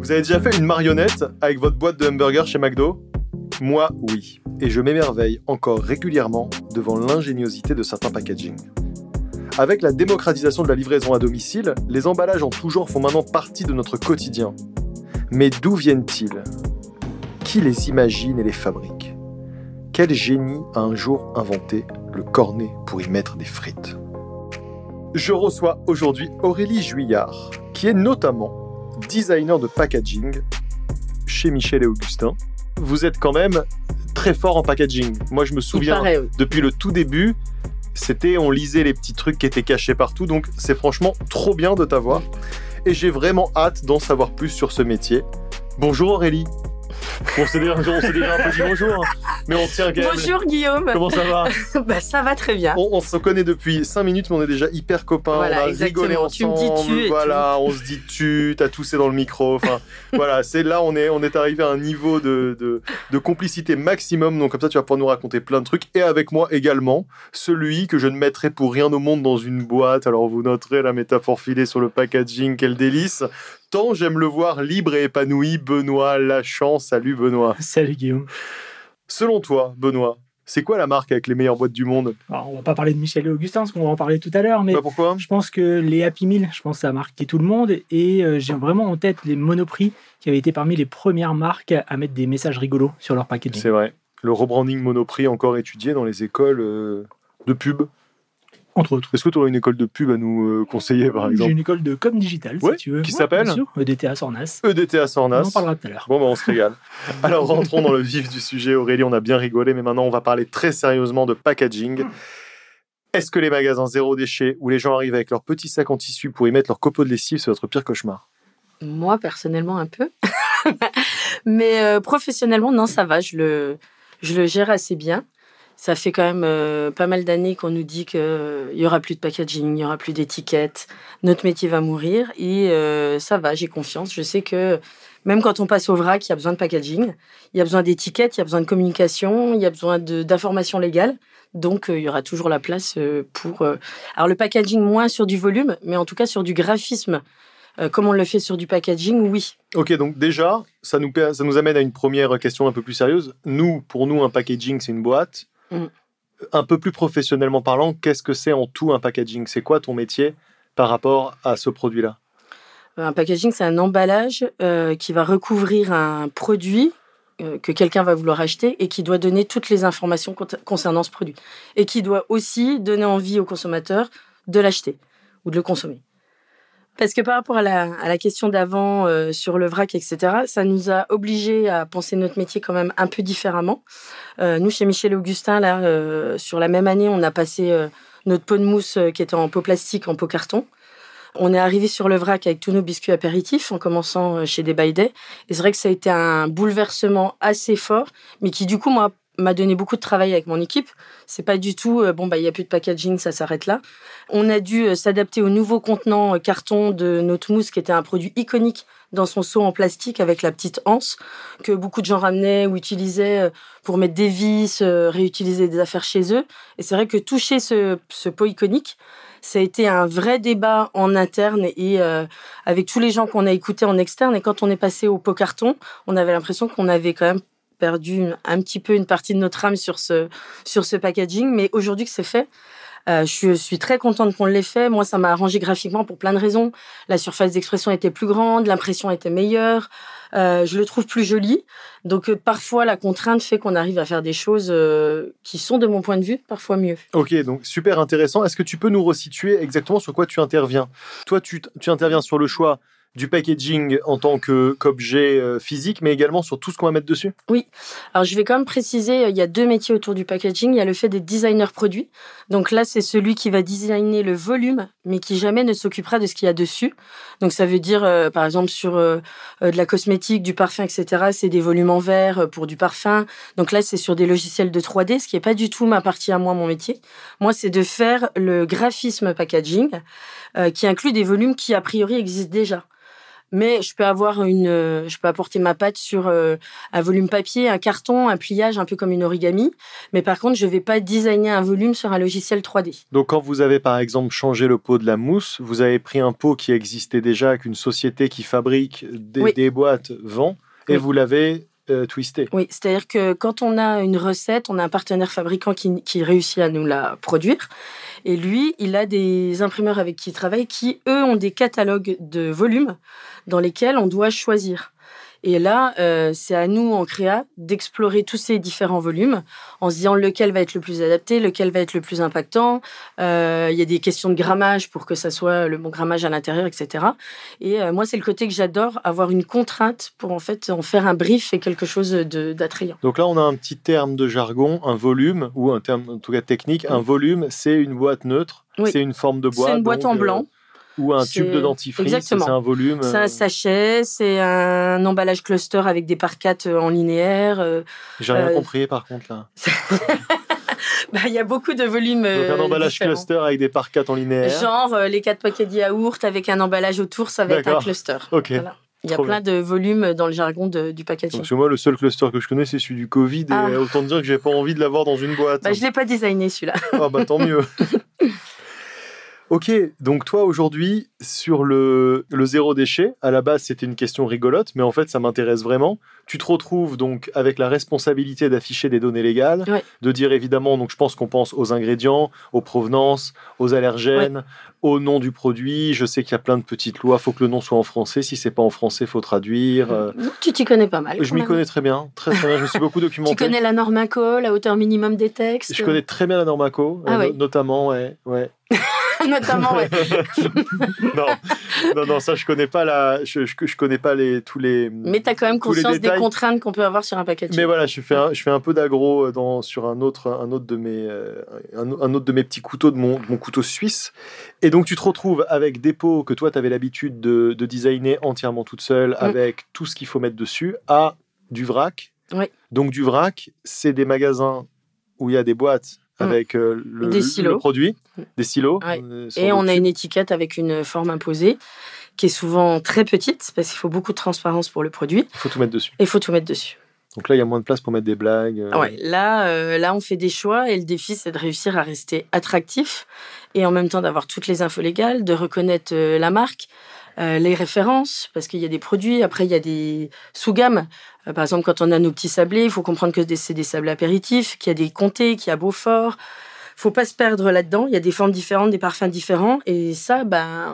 Vous avez déjà fait une marionnette avec votre boîte de hamburgers chez McDo ? Moi, oui. Et je m'émerveille encore régulièrement devant l'ingéniosité de certains packaging. Avec la démocratisation de la livraison à domicile, les emballages en tout genre font maintenant partie de notre quotidien. Mais d'où viennent-ils ? Qui les imagine et les fabrique ? Quel génie a un jour inventé le cornet pour y mettre des frites ? Je reçois aujourd'hui Aurélie Juillard, qui est notamment designer de packaging chez Michel et Augustin. Vous êtes quand même très fort en packaging. Moi, je me souviens, depuis le tout début, on lisait les petits trucs qui étaient cachés partout. Donc, c'est franchement trop bien de t'avoir. Et j'ai vraiment hâte d'en savoir plus sur ce métier. Bonjour Aurélie. On s'est déjà un peu dit bonjour, hein. Mais on tient quand même. Bonjour Guillaume. Comment ça va ? Ça va très bien. On se connaît depuis 5 minutes, mais on est déjà hyper copains. Voilà, on a exactement. rigolé ensemble. Tu me dis tu. Voilà, on se dit tu. T'as toussé dans le micro. Enfin, voilà, c'est là on est arrivé à un niveau de complicité maximum. Donc comme ça, tu vas pouvoir nous raconter plein de trucs. Et avec moi également, celui que je ne mettrai pour rien au monde dans une boîte. Alors vous noterez la métaphore filée sur le packaging, quel délice. Tant j'aime le voir libre et épanoui, Benoît Lachant. Salut Benoît. Salut Guillaume. Selon toi, Benoît, c'est quoi la marque avec les meilleures boîtes du monde ? Alors, on va pas parler de Michel et Augustin, parce qu'on va en parler tout à l'heure, mais pourquoi ? je pense que les Happy Meal, ça a marqué tout le monde, et j'ai vraiment en tête les Monoprix, qui avaient été parmi les premières marques à mettre des messages rigolos sur leur packaging. C'est vrai. Le rebranding Monoprix encore étudié dans les écoles de pub. Entre autres. Est-ce que tu aurais une école de pub à nous conseiller, par exemple ? J'ai une école de com digital, si tu veux. Qui s'appelle ? Bien sûr, EDT à Sornas. EDT à Sornas. On en parlera tout à l'heure. Bon, on se régale. Alors, rentrons dans le vif du sujet. Aurélie, on a bien rigolé, mais maintenant, on va parler très sérieusement de packaging. Est-ce que les magasins zéro déchet, où les gens arrivent avec leur petit sac en tissu pour y mettre leur copeaux de lessive, c'est votre pire cauchemar ? Moi, personnellement, un peu. Mais professionnellement, non, ça va. Je le gère assez bien. Ça fait quand même pas mal d'années qu'on nous dit qu'il n'y aura plus de packaging, il n'y aura plus d'étiquettes, notre métier va mourir et ça va, j'ai confiance. Je sais que même quand on passe au vrac, il y a besoin de packaging, il y a besoin d'étiquettes, il y a besoin de communication, il y a besoin d'informations légales. Donc, il y aura toujours la place pour... Alors, le packaging, moins sur du volume, mais en tout cas sur du graphisme. Comme on le fait sur du packaging, oui. Ok, donc déjà, ça nous amène à une première question un peu plus sérieuse. Pour nous, un packaging, c'est une boîte. Un peu plus professionnellement parlant, qu'est-ce que c'est en tout un packaging ? C'est quoi ton métier par rapport à ce produit-là ? Un packaging, c'est un emballage qui va recouvrir un produit que quelqu'un va vouloir acheter et qui doit donner toutes les informations concernant ce produit. Et qui doit aussi donner envie au consommateur de l'acheter ou de le consommer. Parce que par rapport à la question d'avant sur le vrac, etc., ça nous a obligés à penser notre métier quand même un peu différemment. Nous, chez Michel et Augustin, là, sur la même année, on a passé notre pot de mousse qui était en pot plastique, en pot carton. On est arrivé sur le vrac avec tous nos biscuits apéritifs, en commençant chez Day by Day. Et c'est vrai que ça a été un bouleversement assez fort, mais qui, du coup, m'a donné beaucoup de travail avec mon équipe. C'est pas du tout, il y a plus de packaging, ça s'arrête là. On a dû s'adapter au nouveau contenant carton de notre mousse, qui était un produit iconique dans son seau en plastique avec la petite anse, que beaucoup de gens ramenaient ou utilisaient pour mettre des vis, réutiliser des affaires chez eux. Et c'est vrai que toucher ce pot iconique, ça a été un vrai débat en interne et avec tous les gens qu'on a écoutés en externe. Et quand on est passé au pot carton, on avait l'impression qu'on avait quand même perdu un petit peu une partie de notre âme sur ce packaging. Mais aujourd'hui que c'est fait, je suis très contente qu'on l'ait fait. Moi, ça m'a arrangé graphiquement pour plein de raisons. La surface d'expression était plus grande, l'impression était meilleure. Je le trouve plus joli. Donc, parfois, la contrainte fait qu'on arrive à faire des choses qui sont, de mon point de vue, parfois mieux. Ok, donc super intéressant. Est-ce que tu peux nous resituer exactement sur quoi tu interviens ? Toi, tu interviens sur le choix du packaging en tant qu'objet physique, mais également sur tout ce qu'on va mettre dessus ? Oui. Alors, je vais quand même préciser, il y a 2 métiers autour du packaging. Il y a le fait des designers produits. Donc là, c'est celui qui va designer le volume, mais qui jamais ne s'occupera de ce qu'il y a dessus. Donc, ça veut dire, par exemple, sur de la cosmétique, du parfum, etc., c'est des volumes en verre pour du parfum. Donc là, c'est sur des logiciels de 3D, ce qui n'est pas du tout ma partie à moi, mon métier. Moi, c'est de faire le graphisme packaging, qui inclut des volumes qui, a priori, existent déjà. Mais je peux apporter ma patte sur un volume papier, un carton, un pliage, un peu comme une origami. Mais par contre, je vais pas designer un volume sur un logiciel 3D. Donc, quand vous avez, par exemple, changé le pot de la mousse, vous avez pris un pot qui existait déjà, qu'une société qui fabrique des boîtes vend, et vous l'avez twisté. Oui, c'est-à-dire que quand on a une recette, on a un partenaire fabricant qui réussit à nous la produire. Et lui, il a des imprimeurs avec qui il travaille qui, eux, ont des catalogues de volumes dans lesquels on doit choisir. Et là, c'est à nous, en créa, d'explorer tous ces différents volumes en se disant lequel va être le plus adapté, lequel va être le plus impactant. Il y a des questions de grammage pour que ça soit le bon grammage à l'intérieur, etc. Et moi, c'est le côté que j'adore, avoir une contrainte pour en fait en faire un brief et quelque chose d'attrayant. Donc là, on a un petit terme de jargon, un volume, ou un terme en tout cas technique. Un volume, c'est une boîte neutre, c'est une forme de boîte. C'est une boîte en blanc. Ou un tube de dentifrice, exactement. C'est un volume. C'est un sachet, c'est un emballage cluster avec des parcates en linéaire. J'ai rien compris par contre là. Il y a beaucoup de volumes. Donc un emballage différents. Cluster avec des parcates en linéaire. Genre les 4 paquets de yaourt avec un emballage autour, ça va être un cluster. Ok. Voilà. Il y a plein de volumes dans le jargon du packaging. Parce que moi, le seul cluster que je connais, c'est celui du Covid. Et autant dire que j'ai pas envie de l'avoir dans une boîte. Je l'ai pas designé celui-là. Tant mieux. Ok, donc toi aujourd'hui, sur le zéro déchet, à la base c'était une question rigolote, mais en fait ça m'intéresse vraiment. Tu te retrouves donc avec la responsabilité d'afficher des données légales, de dire évidemment, donc je pense qu'on pense aux ingrédients, aux provenances, aux allergènes, au nom du produit. Je sais qu'il y a plein de petites lois, il faut que le nom soit en français, si c'est pas en français, il faut traduire. Tu t'y connais pas mal. Je m'y connais très bien, très bien, je me suis beaucoup documenté. Tu connais la norme ACO, la hauteur minimum des textes. Je connais très bien la norme ACO, notamment, ouais. Notamment, non, ça je connais pas je connais pas tous les. Mais t'as quand même conscience des contraintes qu'on peut avoir sur un packaging. Mais voilà, je fais un peu d'agro sur un autre de mes petits couteaux de mon couteau suisse. Et donc tu te retrouves avec des pots que toi t'avais l'habitude de designer entièrement toute seule, avec tout ce qu'il faut mettre dessus, à du vrac. Oui. Donc du vrac, c'est des magasins où il y a des boîtes avec le produit, des silos. Ouais. Et on a une étiquette avec une forme imposée qui est souvent très petite parce qu'il faut beaucoup de transparence pour le produit. Il faut tout mettre dessus. Donc là, il y a moins de place pour mettre des blagues. Ouais, là, on fait des choix et le défi, c'est de réussir à rester attractif et en même temps d'avoir toutes les infos légales, de reconnaître la marque, les références, parce qu'il y a des produits, après il y a des sous-gammes. Par exemple, quand on a nos petits sablés, il faut comprendre que c'est des sablés apéritifs, qu'il y a des comtés, qu'il y a Beaufort. Faut pas se perdre là-dedans. Il y a des formes différentes, des parfums différents. Et ça,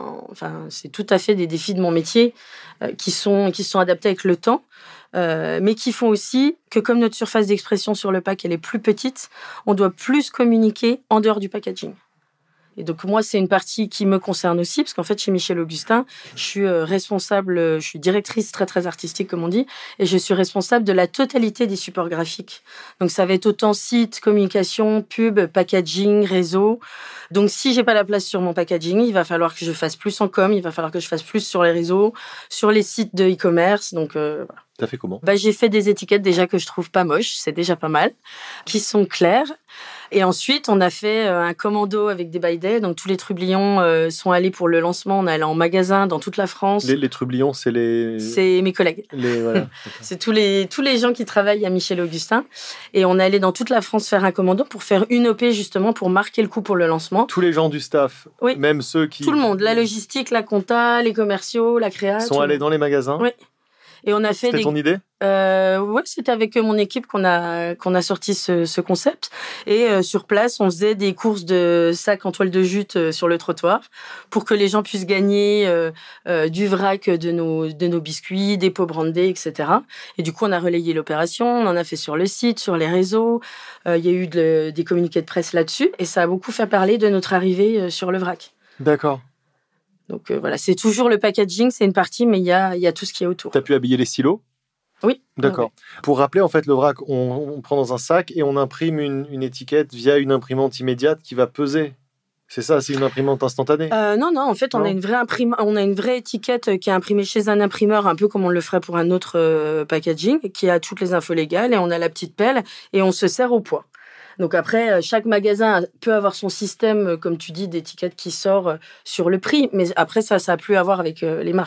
c'est tout à fait des défis de mon métier qui sont adaptés avec le temps. Mais qui font aussi que comme notre surface d'expression sur le pack elle est plus petite, on doit plus communiquer en dehors du packaging. Et donc moi c'est une partie qui me concerne aussi parce qu'en fait chez Michel Augustin je suis responsable, je suis directrice très très artistique comme on dit et je suis responsable de la totalité des supports graphiques. Donc ça va être autant site, communication, pub, packaging, réseau. Donc si j'ai pas la place sur mon packaging, il va falloir que je fasse plus en com, il va falloir que je fasse plus sur les réseaux, sur les sites de e-commerce. Donc voilà. T'as fait comment ? J'ai fait des étiquettes déjà que je trouve pas moches, c'est déjà pas mal, qui sont claires. Et ensuite, on a fait un commando avec des by day. Donc tous les trublions sont allés pour le lancement. On est allé en magasin dans toute la France. Les trublions, c'est mes collègues. Voilà. C'est tous les gens qui travaillent à Michel Augustin. Et on est allé dans toute la France faire un commando pour faire une OP justement pour marquer le coup pour le lancement. Tous les gens du staff, même ceux qui... Tout le monde, la logistique, la compta, les commerciaux, la créa. Sont allés dans les magasins. Oui. Et on a fait C'était ton idée ? Ouais, c'était avec mon équipe qu'on a sorti ce concept. Et sur place, on faisait des courses de sacs en toile de jute sur le trottoir pour que les gens puissent gagner du vrac de nos biscuits, des pots brandés, etc. Et du coup, on a relayé l'opération, on en a fait sur le site, sur les réseaux. Il y a eu des communiqués de presse là-dessus et ça a beaucoup fait parler de notre arrivée sur le vrac. D'accord. Donc voilà, c'est toujours le packaging, c'est une partie, mais il y a tout ce qui est autour. Tu as pu habiller les silos ? Oui. D'accord. Oui. Pour rappeler, en fait, le vrac, on prend dans un sac et on imprime une étiquette via une imprimante immédiate qui va peser. C'est ça, c'est une imprimante instantanée ? Non, en fait, on a une vraie étiquette qui est imprimée chez un imprimeur, un peu comme on le ferait pour un autre packaging, qui a toutes les infos légales, et on a la petite pelle, et on se sert au poids. Donc après, chaque magasin peut avoir son système, comme tu dis, d'étiquette qui sort sur le prix. Mais après, ça a plus à voir avec les marques.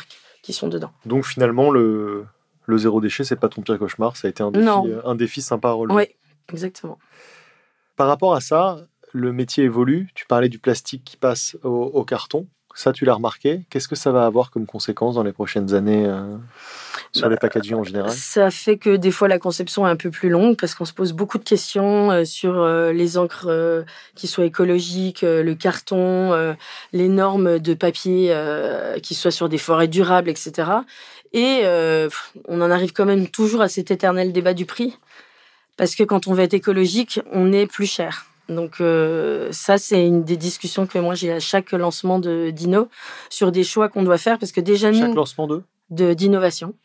qui sont dedans. Donc finalement, le zéro déchet, c'est pas ton pire cauchemar, ça a été un défi sympa à relever. Oui, exactement. Par rapport à ça, le métier évolue. Tu parlais du plastique qui passe au carton. Ça, tu l'as remarqué. Qu'est-ce que ça va avoir comme conséquence dans les prochaines années sur les packaging en général? Ça fait que des fois, la conception est un peu plus longue parce qu'on se pose beaucoup de questions sur les encres qui soient écologiques, le carton, les normes de papier qui soient sur des forêts durables, etc. Et on en arrive quand même toujours à cet éternel débat du prix parce que quand on veut être écologique, on est plus cher. Donc ça, c'est une des discussions que moi j'ai à chaque lancement d'Inno sur des choix qu'on doit faire parce que déjà nous... Chaque lancement d'innovation.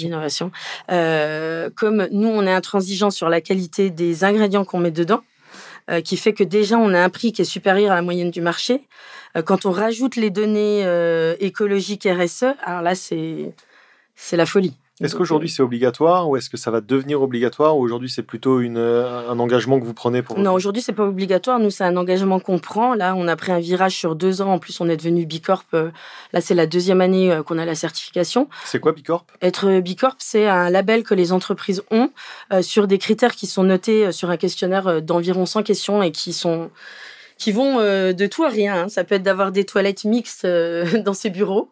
Comme nous, on est intransigeant sur la qualité des ingrédients qu'on met dedans, qui fait que déjà, on a un prix qui est supérieur à la moyenne du marché. Quand on rajoute les données écologiques RSE, alors là, c'est la folie. Est-ce qu'aujourd'hui c'est obligatoire ou est-ce que ça va devenir obligatoire ou aujourd'hui c'est plutôt un engagement que vous prenez pour... Non, aujourd'hui c'est pas obligatoire. Nous, c'est un engagement qu'on prend. Là, on a pris un virage sur 2 ans. En plus, on est devenu Bicorp. Là, c'est la 2e année qu'on a la certification. C'est quoi Bicorp ? Être Bicorp, c'est un label que les entreprises ont sur des critères qui sont notés sur un questionnaire d'environ 100 questions et qui vont de tout à rien. Hein. Ça peut être d'avoir des toilettes mixtes dans ses bureaux.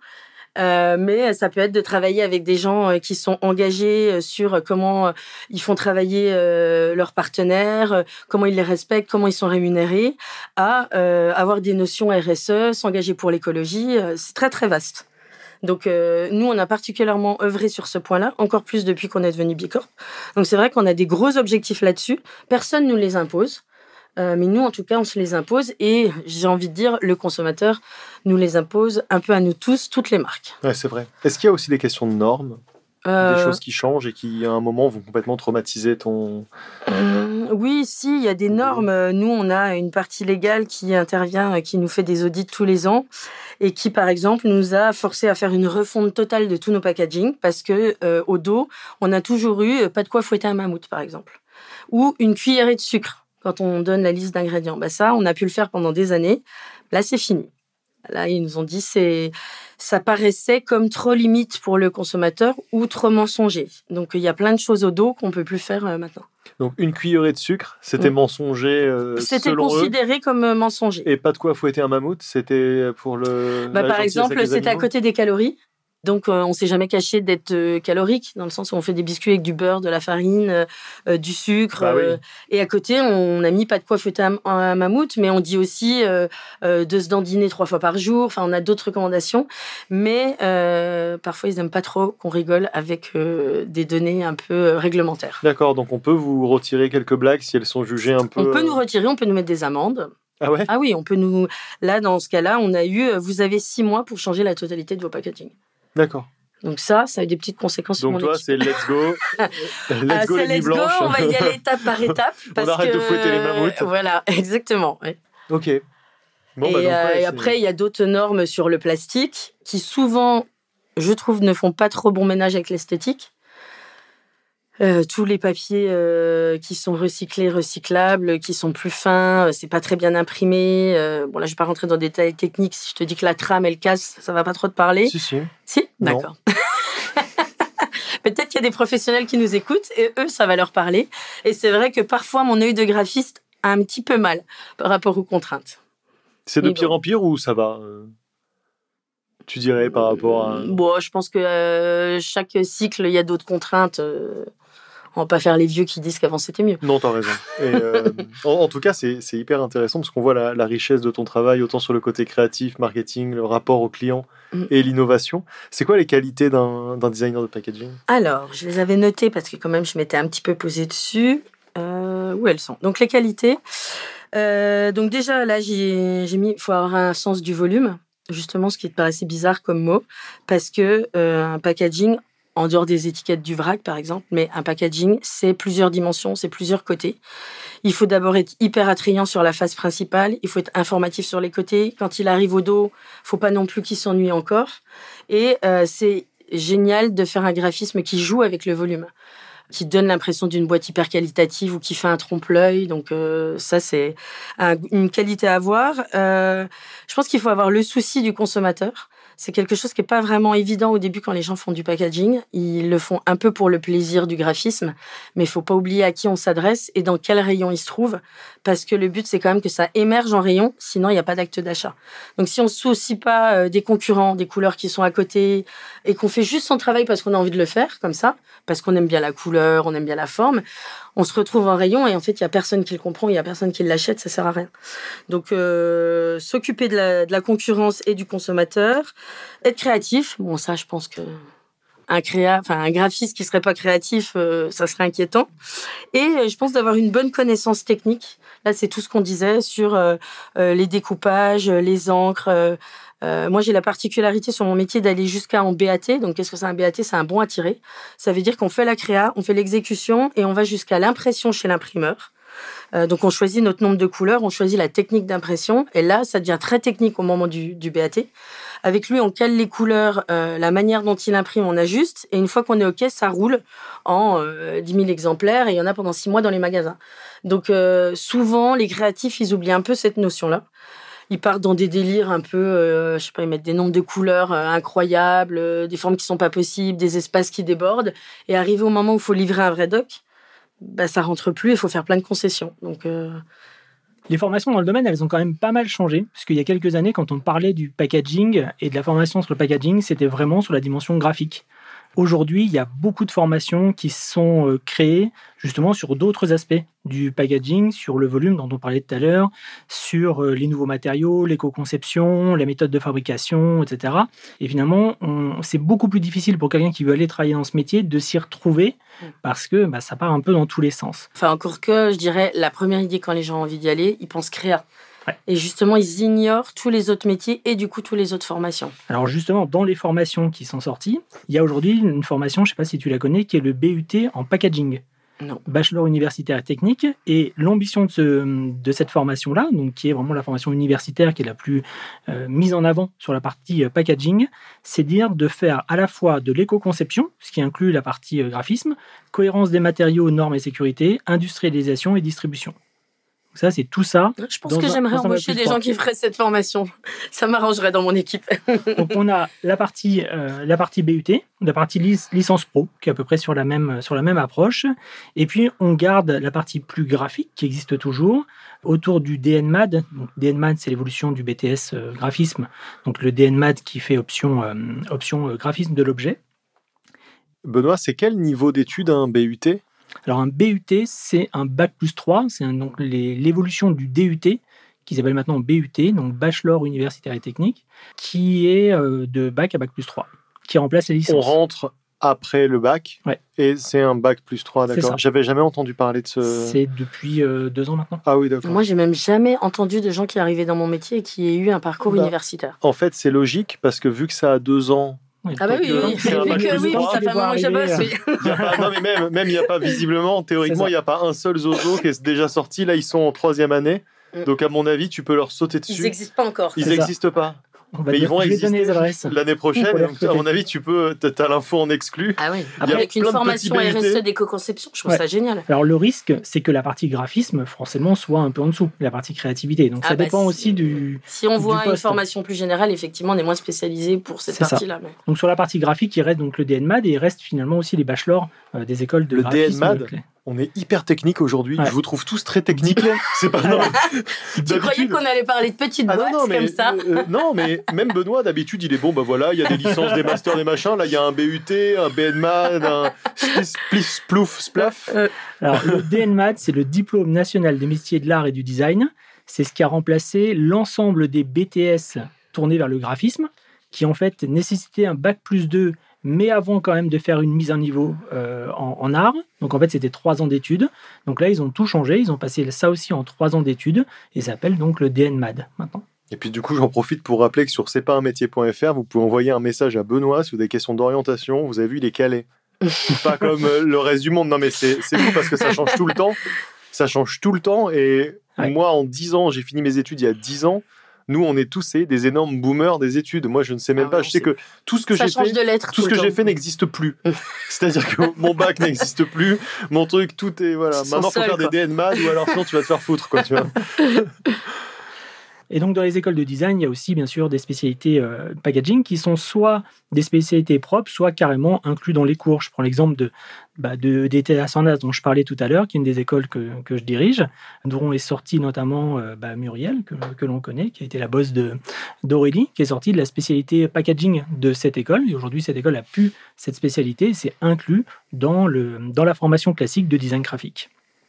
Mais ça peut être de travailler avec des gens qui sont engagés sur comment ils font travailler leurs partenaires, comment ils les respectent, comment ils sont rémunérés, à avoir des notions RSE, s'engager pour l'écologie. C'est très, très vaste. Donc, nous, on a particulièrement œuvré sur ce point-là, encore plus depuis qu'on est devenu Bicorp. Donc, c'est vrai qu'on a des gros objectifs là-dessus. Personne ne nous les impose. Mais nous, en tout cas, on se les impose et j'ai envie de dire, le consommateur nous les impose un peu à nous tous, toutes les marques. Ouais, c'est vrai. Est-ce qu'il y a aussi des questions de normes, des choses qui changent et qui, à un moment, vont complètement traumatiser ton... Oui, si, il y a des normes. Nous, on a une partie légale qui intervient, qui nous fait des audits tous les ans et qui, par exemple, nous a forcé à faire une refonte totale de tous nos packaging parce que au dos, on a toujours eu pas de quoi fouetter un mammouth, par exemple, ou une cuillerée de sucre. Quand on donne la liste d'ingrédients. Ça, on a pu le faire pendant des années. Là, c'est fini. Là, ils nous ont dit ça paraissait comme trop limite pour le consommateur ou trop mensonger. Donc, il y a plein de choses au dos qu'on ne peut plus faire maintenant. Donc, une cuillerée de sucre, c'était mensonger c'était selon considéré comme mensonger. Et pas de quoi fouetter un mammouth, c'était pour le... par exemple, c'était à côté des calories. Donc, on ne s'est jamais caché d'être calorique, dans le sens où on fait des biscuits avec du beurre, de la farine, du sucre. Oui. Et à côté, on n'a mis pas de quoi fouetter un mammouth, mais on dit aussi de se dandiner 3 fois par jour. Enfin, on a d'autres recommandations. Mais parfois, ils n'aiment pas trop qu'on rigole avec des données un peu réglementaires. D'accord, donc on peut vous retirer quelques blagues si elles sont jugées un peu... On peut nous retirer, on peut nous mettre des amendes. Ah ouais ? Ah oui, on peut nous... Là, dans ce cas-là, on a eu... Vous avez 6 mois pour changer la totalité de vos packaging. D'accord. Donc ça a eu des petites conséquences sur mon équipe. Donc toi, c'est let's go. Let's go les nuits blanches. On va y aller étape par étape. On arrête de fouetter les mammouths. Voilà, exactement. Ouais. Ok. Bon, et après, il y a d'autres normes sur le plastique qui souvent, je trouve, ne font pas trop bon ménage avec l'esthétique. Tous les papiers qui sont recyclables, qui sont plus fins, c'est pas très bien imprimé. Bon, là, je vais pas rentrer dans des détails techniques. Si je te dis que la trame, elle casse, ça va pas trop te parler. Si, d'accord. Peut-être qu'il y a des professionnels qui nous écoutent et eux, ça va leur parler. Et c'est vrai que parfois, mon œil de graphiste a un petit peu mal par rapport aux contraintes. C'est de pire en pire ou ça va tu dirais par rapport à... Bon, je pense que chaque cycle, il y a d'autres contraintes. On va pas faire les vieux qui disent qu'avant c'était mieux. Non, t'as raison. Et, en tout cas, c'est hyper intéressant parce qu'on voit la richesse de ton travail, autant sur le côté créatif, marketing, le rapport au client et l'innovation. C'est quoi les qualités d'un designer de packaging ? Alors, je les avais notées parce que quand même, je m'étais un petit peu posée dessus. Où elles sont ? Donc, les qualités. Donc déjà, là, j'ai mis, il faut avoir un sens du volume. Justement, ce qui te paraissait bizarre comme mot. Parce que un packaging... en dehors des étiquettes du vrac, par exemple, mais un packaging, c'est plusieurs dimensions, c'est plusieurs côtés. Il faut d'abord être hyper attrayant sur la face principale, il faut être informatif sur les côtés. Quand il arrive au dos, il ne faut pas non plus qu'il s'ennuie encore. Et c'est génial de faire un graphisme qui joue avec le volume, qui donne l'impression d'une boîte hyper qualitative ou qui fait un trompe-l'œil. Donc ça, c'est une qualité à avoir. Je pense qu'il faut avoir le souci du consommateur. c'est quelque chose qui n'est pas vraiment évident au début quand les gens font du packaging. Ils le font un peu pour le plaisir du graphisme, mais il ne faut pas oublier à qui on s'adresse et dans quel rayon il se trouve, parce que le but, c'est quand même que ça émerge en rayon, sinon il n'y a pas d'acte d'achat. Donc si on ne se soucie pas des concurrents, des couleurs qui sont à côté, et qu'on fait juste son travail parce qu'on a envie de le faire, comme ça, parce qu'on aime bien la couleur, on aime bien la forme, on se retrouve en rayon et en fait, il n'y a personne qui le comprend, il n'y a personne qui l'achète, ça ne sert à rien. Donc, s'occuper de la concurrence et du consommateur, être créatif. Bon, ça, je pense que un graphiste qui serait pas créatif, ça serait inquiétant. Et je pense d'avoir une bonne connaissance technique. Là, c'est tout ce qu'on disait sur les découpages, les encres. Moi, j'ai la particularité sur mon métier d'aller jusqu'à en BAT. Donc, qu'est-ce que c'est un BAT ? C'est un bon à tirer. Ça veut dire qu'on fait la créa, on fait l'exécution et on va jusqu'à l'impression chez l'imprimeur. Donc, on choisit notre nombre de couleurs, on choisit la technique d'impression. Et là, ça devient très technique au moment du BAT. Avec lui, on cale les couleurs, la manière dont il imprime, on ajuste. Et une fois qu'on est OK, ça roule en 10 000 exemplaires. Et il y en a pendant 6 mois dans les magasins. Donc, souvent, les créatifs, ils oublient un peu cette notion-là. Ils partent dans des délires un peu, ils mettent des nombres de couleurs incroyables, des formes qui sont pas possibles, des espaces qui débordent. Et arrivé au moment où il faut livrer un vrai doc, ça rentre plus, il faut faire plein de concessions. Donc, Les formations dans le domaine, elles ont quand même pas mal changé, parce qu'il y a quelques années, quand on parlait du packaging et de la formation sur le packaging, c'était vraiment sur la dimension graphique. Aujourd'hui, il y a beaucoup de formations qui sont créées justement sur d'autres aspects du packaging, sur le volume dont on parlait tout à l'heure, sur les nouveaux matériaux, l'éco-conception, les méthodes de fabrication, etc. Et finalement, c'est beaucoup plus difficile pour quelqu'un qui veut aller travailler dans ce métier de s'y retrouver parce que ça part un peu dans tous les sens. Enfin, encore que, je dirais, la première idée quand les gens ont envie d'y aller, ils pensent créa. Ouais. Et justement, ils ignorent tous les autres métiers et du coup, tous les autres formations. Alors justement, dans les formations qui sont sorties, il y a aujourd'hui une formation, je ne sais pas si tu la connais, qui est le BUT en packaging. Non. Bachelor universitaire et technique. Et l'ambition de cette formation-là, donc qui est vraiment la formation universitaire qui est la plus mise en avant sur la partie packaging, c'est dire de faire à la fois de l'éco-conception, ce qui inclut la partie graphisme, cohérence des matériaux, normes et sécurité, industrialisation et distribution. Ça, c'est tout ça. Je pense que j'aimerais embaucher des gens qui feraient cette formation. Ça m'arrangerait dans mon équipe. Donc, on a la partie BUT, la partie licence pro, qui est à peu près sur la même approche. Et puis, on garde la partie plus graphique, qui existe toujours, autour du DNMAD. Donc, DNMAD, c'est l'évolution du BTS graphisme. Donc, le DNMAD qui fait option graphisme de l'objet. Benoît, c'est quel niveau d'études un BUT ? Alors, un BUT, c'est un Bac plus 3, c'est donc l'évolution du DUT, qui s'appelle maintenant BUT, donc Bachelor universitaire et technique, qui est de Bac à Bac plus 3, qui remplace les licences. On rentre après le Bac, ouais. Et c'est un Bac plus 3, d'accord. J'avais jamais entendu parler de ce... C'est depuis 2 ans maintenant. Ah oui, d'accord. Moi, j'ai même jamais entendu de gens qui arrivaient dans mon métier et qui aient eu un parcours universitaire. En fait, c'est logique, parce que vu que ça a 2 ans... Oui. Ah bah oui, ça fait maman que je bosse, oui. Non, mais même il n'y a pas visiblement, théoriquement, il n'y a pas un seul zozo qui est déjà sorti. Là, ils sont en 3e année. Donc, à mon avis, tu peux leur sauter dessus. Ils n'existent pas encore. Ils n'existent pas. Mais ils vont exister l'année prochaine. Donc, à mon avis, tu as l'info en exclu. Ah oui. Après, avec une formation RSE d'éco-conception, je trouve ça génial. Alors, le risque, c'est que la partie graphisme, forcément, soit un peu en dessous, la partie créativité. Donc, ça dépend aussi du. Si on voit une formation plus générale, effectivement, on est moins spécialisé pour cette partie-là. Mais... Donc, sur la partie graphique, il reste donc le DNMAD et il reste finalement aussi les bachelors des écoles de graphisme. Le DNMAD, on est hyper technique aujourd'hui. Ouais. Je vous trouve tous très techniques. C'est pas normal. Tu croyais qu'on allait parler de petites boîtes comme ça non, mais même Benoît, d'habitude, il est bon. Voilà, il y a des licences, des masters, des machins. Là, il y a un BUT, un BNMAD, un Splouf, Splaf. Alors, le DNMAD, c'est le Diplôme national des métiers de l'art et du design. C'est ce qui a remplacé l'ensemble des BTS tournés vers le graphisme, qui en fait nécessitaient un Bac plus 2, mais avant quand même de faire une mise à niveau en art. Donc en fait, c'était 3 ans d'études. Donc là, ils ont tout changé. Ils ont passé ça aussi en 3 ans d'études. Et ça s'appelle donc le DNMAD maintenant. Et puis du coup, j'en profite pour rappeler que sur cestpasunmétier.fr, vous pouvez envoyer un message à Benoît si vous avez des questions d'orientation. Vous avez vu, il est calé. Pas comme le reste du monde. Non, mais c'est fou parce que ça change tout le temps. Ça change tout le temps. Et moi, en 10 ans, j'ai fini mes études il y a 10 ans. Nous, on est tous des énormes boomers des études. Moi, je ne sais même pas. Je sais que tout ce que j'ai fait n'existe plus. C'est-à-dire que mon bac n'existe plus. Mon truc, tout est... Voilà. Maintenant, il faut faire des DNMAD ou alors sinon, tu vas te faire foutre, quoi, tu vois. Et donc, dans les écoles de design, il y a aussi, bien sûr, des spécialités packaging qui sont soit des spécialités propres, soit carrément inclus dans les cours. Je prends l'exemple d'ETH Sandhaz dont je parlais tout à l'heure, qui est une des écoles que je dirige, dont est sortie notamment Muriel, que l'on connaît, qui a été la boss d'Aurélie, qui est sortie de la spécialité packaging de cette école. Et aujourd'hui, cette école a pu cette spécialité, c'est inclus dans la formation classique de design graphique.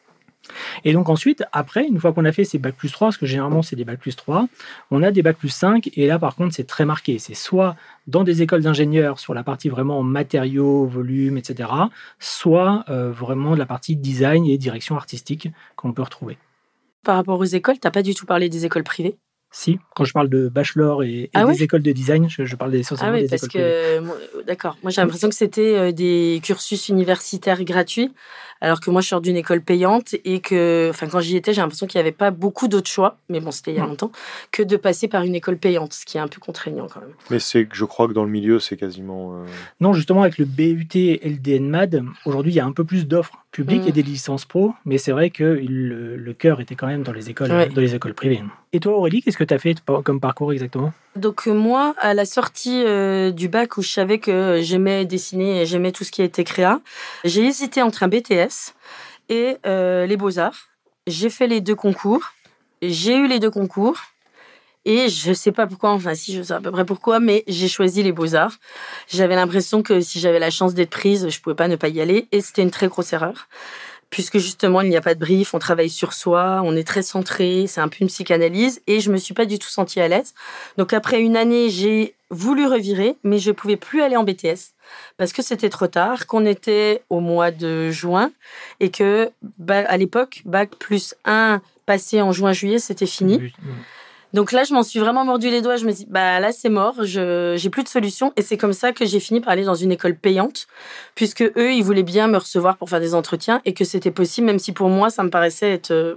Et donc ensuite, après, une fois qu'on a fait ces Bac+3, parce que généralement c'est des Bac+3, on a des Bac+5, et là par contre c'est très marqué. C'est soit dans des écoles d'ingénieurs sur la partie vraiment matériaux, volume, etc., soit vraiment de la partie design et direction artistique qu'on peut retrouver. Par rapport aux écoles, tu n'as pas du tout parlé des écoles privées ? Si, quand je parle de bachelor et des écoles de design, je parle essentiellement des écoles privées. D'accord. Moi, j'ai l'impression que c'était des cursus universitaires gratuits, alors que moi, je sors d'une école payante et que, quand j'y étais, j'ai l'impression qu'il n'y avait pas beaucoup d'autres choix, mais bon, c'était il y a longtemps, que de passer par une école payante, ce qui est un peu contraignant quand même. Mais je crois que dans le milieu, c'est quasiment... Non, justement, avec le BUT et le DNMAD, aujourd'hui, il y a un peu plus d'offres publiques et des licences pro, mais c'est vrai que le cœur était quand même dans les écoles privées. Et toi, Aurélie, qu'est-ce que tu as fait comme parcours exactement ? Donc moi, à la sortie du bac où je savais que j'aimais dessiner et j'aimais tout ce qui était créa, j'ai hésité entre un BTS et les Beaux-Arts. J'ai fait les 2 concours, j'ai eu les 2 concours et je sais pas pourquoi, si je sais à peu près pourquoi, mais j'ai choisi les Beaux-Arts. J'avais l'impression que si j'avais la chance d'être prise, je pouvais pas ne pas y aller et c'était une très grosse erreur. Puisque justement, il n'y a pas de brief, on travaille sur soi, on est très centré, c'est un peu une psychanalyse, et je me suis pas du tout sentie à l'aise. Donc après une année, j'ai voulu revirer, mais je pouvais plus aller en BTS, parce que c'était trop tard, qu'on était au mois de juin, et que à l'époque, Bac+1 passé en juin-juillet, c'était fini. Donc là, je m'en suis vraiment mordu les doigts. Je me dis, là, c'est mort. J'ai plus de solution. Et c'est comme ça que j'ai fini par aller dans une école payante, puisque eux, ils voulaient bien me recevoir pour faire des entretiens et que c'était possible, même si pour moi, ça me paraissait être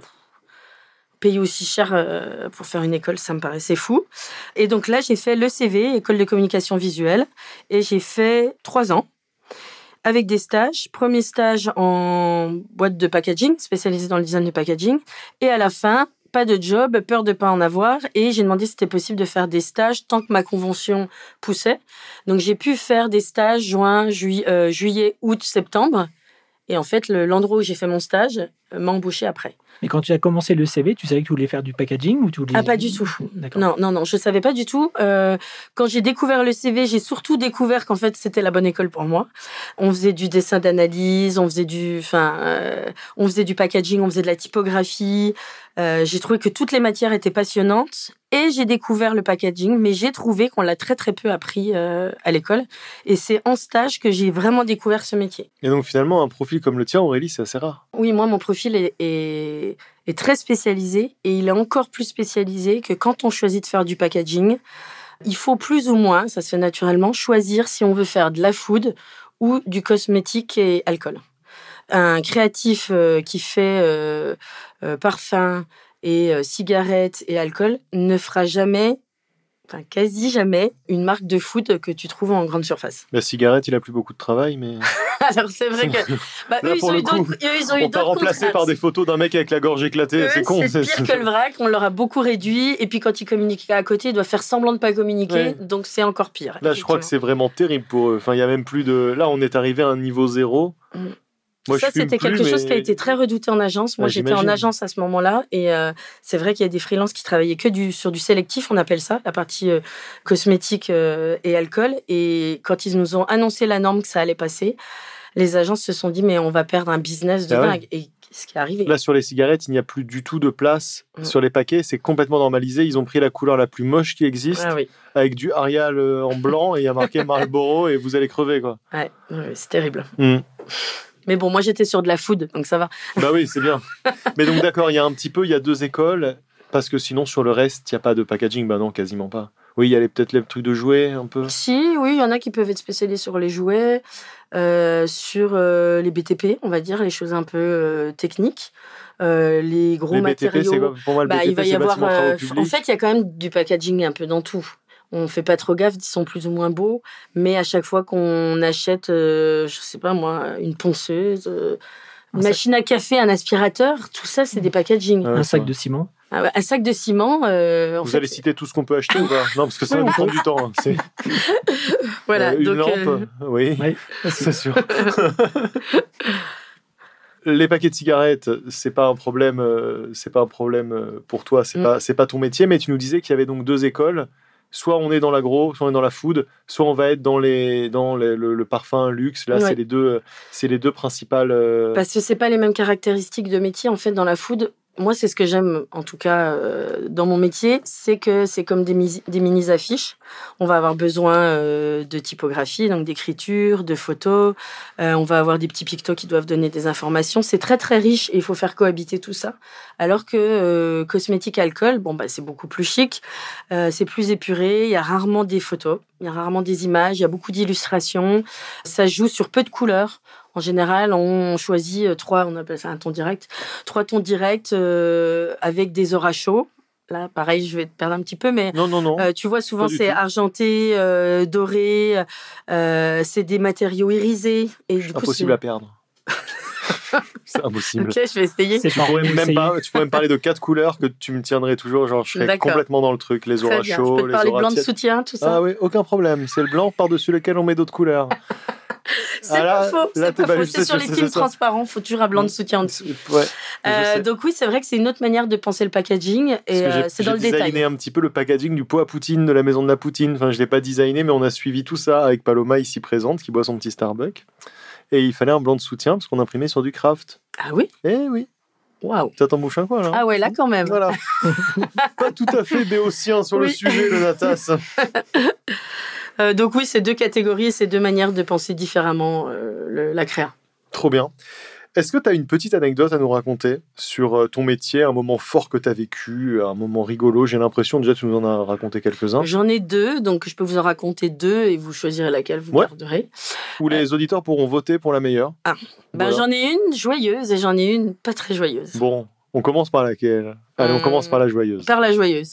payé aussi cher pour faire une école, ça me paraissait fou. Et donc là, j'ai fait l'ECV, École de communication visuelle, et j'ai fait 3 ans avec des stages. Premier stage en boîte de packaging, spécialisée dans le design de packaging. Et à la fin, pas de job, peur de pas en avoir, et j'ai demandé si c'était possible de faire des stages tant que ma convention poussait. Donc j'ai pu faire des stages juin, juillet, août, septembre, et en fait l'endroit où j'ai fait mon stage m'a embauché après. Et quand tu as commencé le CV, tu savais que tu voulais faire du packaging ou tu voulais... Ah, pas du tout. D'accord. Non, je savais pas du tout. Quand j'ai découvert le CV, j'ai surtout découvert qu'en fait, c'était la bonne école pour moi. On faisait du dessin d'analyse, on faisait du packaging, on faisait de la typographie. J'ai trouvé que toutes les matières étaient passionnantes et j'ai découvert le packaging, mais j'ai trouvé qu'on l'a très très peu appris à l'école. Et c'est en stage que j'ai vraiment découvert ce métier. Et donc finalement, un profil comme le tien, Aurélie, c'est assez rare. Oui, moi, mon profil est très spécialisé et il est encore plus spécialisé que quand on choisit de faire du packaging. Il faut plus ou moins, ça se fait naturellement, choisir si on veut faire de la food ou du cosmétique et alcool. Un créatif qui fait parfum et cigarettes et alcool ne fera jamais, quasi jamais, une marque de food que tu trouves en grande surface. La cigarette, il a plus beaucoup de travail, mais... Alors c'est vrai que eux, ils ont eu d'autres on t'a remplacé par des photos d'un mec avec la gorge éclatée, eux, c'est con. C'est pire que le vrac, on leur a beaucoup réduit, et puis quand ils communiquent à côté, ils doivent faire semblant de pas communiquer, donc c'est encore pire. Là, je crois que c'est vraiment terrible pour eux. Il y a même plus de... Là, on est arrivé à un niveau 0. Moi, ça, c'était quelque chose qui a été très redouté en agence. Moi, j'étais en agence à ce moment-là. Et c'est vrai qu'il y a des freelances qui travaillaient sur du sélectif, on appelle ça, la partie cosmétique et alcool. Et quand ils nous ont annoncé la norme que ça allait passer, les agences se sont dit, mais on va perdre un business de dingue. Ouais. Et ce qui est arrivé. Là, sur les cigarettes, il n'y a plus du tout de place sur les paquets. C'est complètement normalisé. Ils ont pris la couleur la plus moche qui existe, avec du Arial en blanc, et il y a marqué Marlboro, et vous allez crever, quoi. Ouais, c'est terrible. Mais bon, moi, j'étais sur de la food, donc ça va. Bah oui, c'est bien. Mais donc, d'accord, il y a 2 écoles, parce que sinon, sur le reste, il n'y a pas de packaging. Bah non, quasiment pas. Oui, il y a peut-être les trucs de jouets, un peu. Oui, il y en a qui peuvent être spécialisés sur les jouets, sur les BTP, on va dire, les choses un peu techniques. Les gros matériaux. BTP, c'est quoi pour moi, le BTP, il va y avoir. En fait, il y a quand même du packaging un peu dans tout. On fait pas trop gaffe, ils sont plus ou moins beaux, mais à chaque fois qu'on achète, je sais pas moi, une ponceuse, une machine à café, un aspirateur, tout ça, c'est des packaging. Un sac de ciment. Un sac de ciment. Vous allez citer tout ce qu'on peut acheter ou pas? Non, parce que ça va nous prendre du temps. Hein. Voilà. Une donc, lampe, oui, c'est sûr. Les paquets de cigarettes, c'est pas un problème pour toi, c'est pas ton métier, mais tu nous disais qu'il y avait donc 2 écoles. Soit on est dans l'agro, soit on est dans la food, soit on va être dans le parfum luxe. Là, c'est les deux principales. Parce que c'est pas les mêmes caractéristiques de métier en fait dans la food. Moi, c'est ce que j'aime, en tout cas, dans mon métier, c'est que c'est comme des mini-affiches. On va avoir besoin de typographie, donc d'écriture, de photos. On va avoir des petits pictos qui doivent donner des informations. C'est très, très riche et il faut faire cohabiter tout ça. Alors que cosmétique, alcool, c'est beaucoup plus chic. C'est plus épuré. Il y a rarement des photos. Il y a rarement des images. Il y a beaucoup d'illustrations. Ça joue sur peu de couleurs. En général, on choisit 3, on appelle ça un ton direct, 3 tons directs avec des auras chauds. Là, pareil, je vais te perdre un petit peu, mais non. Tu vois, souvent, c'est argenté, doré, c'est des matériaux irisés. Et du coup, impossible à perdre. C'est impossible. Ok, je vais essayer. Tu pourrais me parler de 4 couleurs que tu me tiendrais toujours, genre je serais complètement dans le truc, les auras chauds, je peux te parler de blanc de soutien, tout ça. Ah oui, aucun problème, c'est le blanc par-dessus lequel on met d'autres couleurs. C'est pas faux. C'est sur les films transparents, il faut toujours un blanc de soutien en dessous. Ouais, donc oui, c'est vrai que c'est une autre manière de penser le packaging et c'est dans le détail. J'ai designé un petit peu le packaging du pot à poutine de la maison de la poutine. Enfin, je l'ai pas designé, mais on a suivi tout ça avec Paloma ici présente qui boit son petit Starbucks. Et il fallait un blanc de soutien parce qu'on imprimait sur du craft. Ah oui? Eh oui. Waouh. Ça t'en bouche un quoi là? Ah ouais, là quand même. Voilà. Pas tout à fait béotien sur le sujet, le Natas. Donc oui, c'est 2 catégories et c'est 2 manières de penser différemment la créa. Trop bien. Est-ce que tu as une petite anecdote à nous raconter sur ton métier, un moment fort que tu as vécu, un moment rigolo? J'ai l'impression déjà que tu nous en as raconté quelques-uns. J'en ai 2, donc je peux vous en raconter 2 et vous choisirez laquelle vous garderez. Où les auditeurs pourront voter pour la meilleure. Voilà. J'en ai une joyeuse et j'en ai une pas très joyeuse. Bon, on commence par laquelle? Allez, on commence par la joyeuse. Par la joyeuse.